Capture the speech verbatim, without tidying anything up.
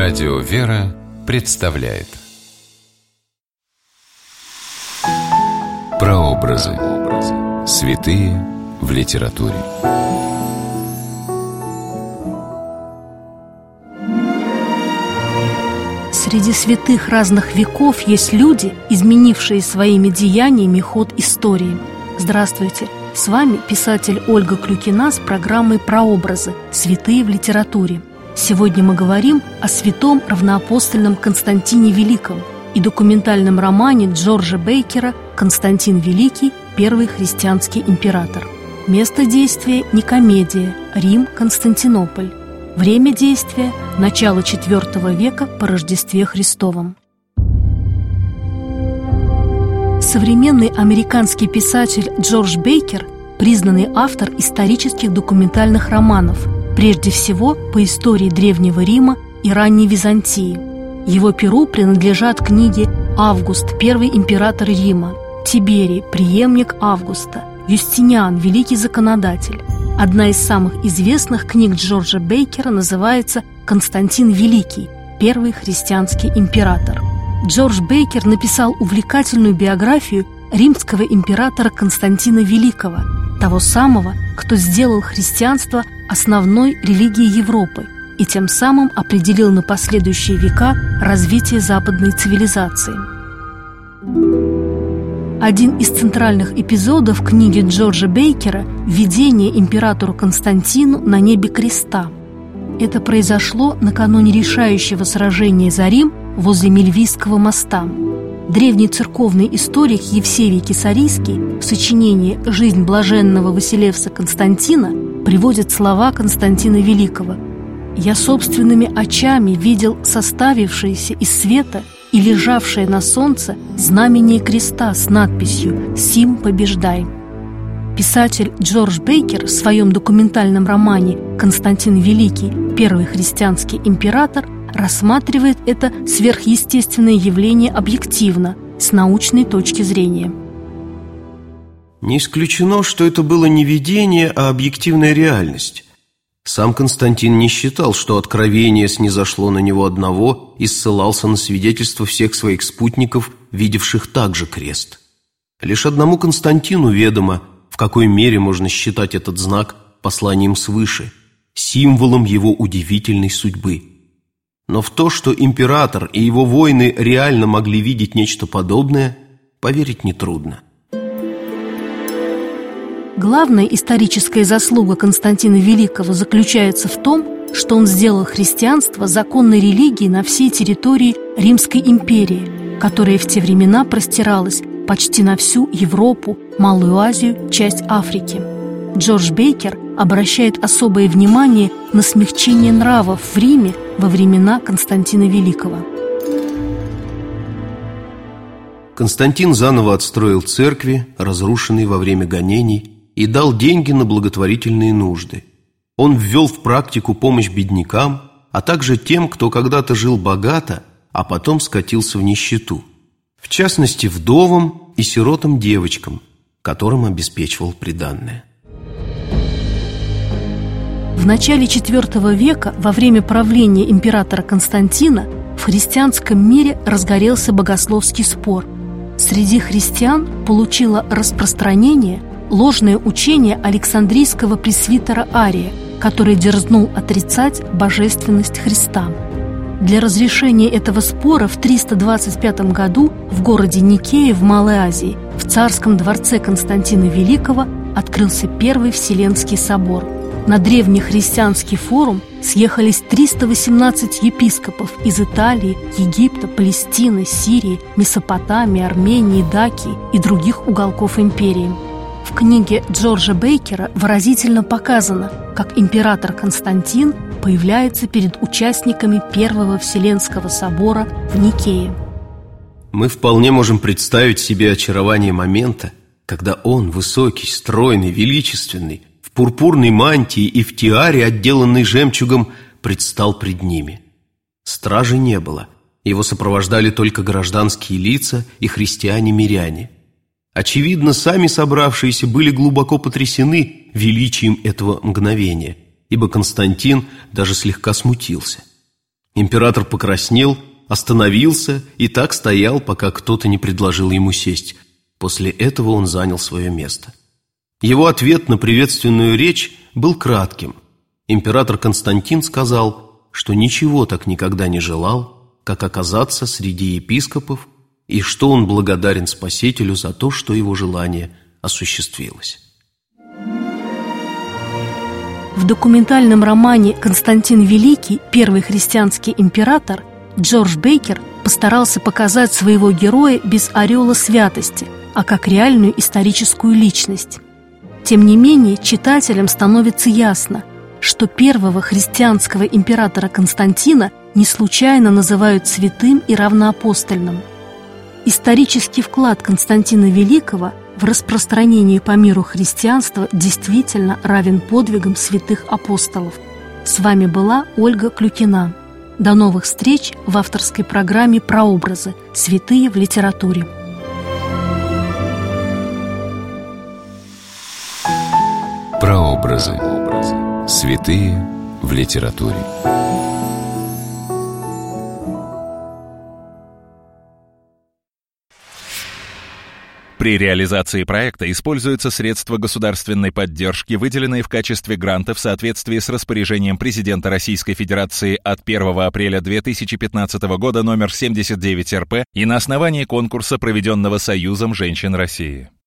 Радио «Вера» представляет Прообразы. Святые в литературе. Среди святых разных веков есть люди, изменившие своими деяниями ход истории. Здравствуйте! С вами писатель Ольга Клюкина с программой «Прообразы. Святые в литературе». Сегодня мы говорим о святом равноапостольном Константине Великом и документальном романе Джорджа Бейкера «Константин Великий. Первый христианский император». Место действия – Никомедия, Рим, Константинополь. Время действия – начало четвёртого века по Рождестве Христовом. Современный американский писатель Джордж Бейкер – признанный автор исторических документальных романов, прежде всего по истории Древнего Рима и ранней Византии. Его перу принадлежат книги «Август, первый император Рима», «Тиберий, преемник Августа», «Юстиниан, великий законодатель». Одна из самых известных книг Джорджа Бейкера называется «Константин Великий. Первый христианский император». Джордж Бейкер написал увлекательную биографию римского императора Константина Великого, того самого, кто сделал христианство основной религией Европы и тем самым определил на последующие века развитие западной цивилизации. Один из центральных эпизодов книги Джорджа Бейкера – видение императору Константину на небе креста. Это произошло накануне решающего сражения за Рим возле Мельвийского моста. Древний церковный историк Евсевий Кесарийский в сочинении «Жизнь блаженного Василевса Константина» приводит слова Константина Великого: «Я собственными очами видел составившееся из света и лежавшее на солнце знамение креста с надписью «Сим побеждай». Писатель Джордж Бейкер в своем документальном романе «Константин Великий. Первый христианский император» рассматривает это сверхъестественное явление объективно, с научной точки зрения. Не исключено, что это было не видение, а объективная реальность. Сам Константин не считал, что откровение снизошло на него одного и ссылался на свидетельства всех своих спутников, видевших также крест. Лишь одному Константину ведомо, в какой мере можно считать этот знак посланием свыше, символом его удивительной судьбы. Но в то, что император и его воины реально могли видеть нечто подобное, поверить нетрудно. Главная историческая заслуга Константина Великого заключается в том, что он сделал христианство законной религией на всей территории Римской империи, которая в те времена простиралась почти на всю Европу, Малую Азию, часть Африки. Джордж Бейкер обращает особое внимание на смягчение нравов в Риме во времена Константина Великого. Константин заново отстроил церкви, разрушенные во время гонений, и дал деньги на благотворительные нужды. Он ввел в практику помощь беднякам, а также тем, кто когда-то жил богато, а потом скатился в нищету. В частности, вдовам и сиротам-девочкам, которым обеспечивал приданное. В начале четвёртого века, во время правления императора Константина, в христианском мире разгорелся богословский спор. Среди христиан получило распространение ложное учение Александрийского пресвитера Ария, который дерзнул отрицать божественность Христа. Для разрешения этого спора в триста двадцать пятом году в городе Никее в Малой Азии в царском дворце Константина Великого открылся Первый Вселенский собор. На древний христианский форум съехались триста восемнадцать епископов из Италии, Египта, Палестины, Сирии, Месопотамии, Армении, Дакии и других уголков империи. В книге Джорджа Бейкера выразительно показано, как император Константин появляется перед участниками Первого Вселенского собора в Никее. Мы вполне можем представить себе очарование момента, когда он, высокий, стройный, величественный, в пурпурной мантии и в тиаре, отделанной жемчугом, предстал пред ними. Стражи не было, его сопровождали только гражданские лица и христиане-миряне. Очевидно, сами собравшиеся были глубоко потрясены величием этого мгновения, ибо Константин даже слегка смутился. Император покраснел, остановился и так стоял, пока кто-то не предложил ему сесть. После этого он занял свое место. Его ответ на приветственную речь был кратким. Император Константин сказал, что ничего так никогда не желал, как оказаться среди епископов, и что он благодарен Спасителю за то, что его желание осуществилось. В документальном романе «Константин Великий. Первый христианский император» Джордж Бейкер постарался показать своего героя без ореола святости, а как реальную историческую личность. Тем не менее, читателям становится ясно, что первого христианского императора Константина не случайно называют святым и равноапостольным. Исторический вклад Константина Великого в распространение по миру христианства действительно равен подвигам святых апостолов. С вами была Ольга Клюкина. До новых встреч в авторской программе «Прообразы. Святые в литературе». Прообразы. Святые в литературе. При реализации проекта используются средства государственной поддержки, выделенные в качестве гранта в соответствии с распоряжением президента Российской Федерации от первого апреля две тысячи пятнадцатого года номер семьдесят девять эр пэ и на основании конкурса, проведенного Союзом женщин России.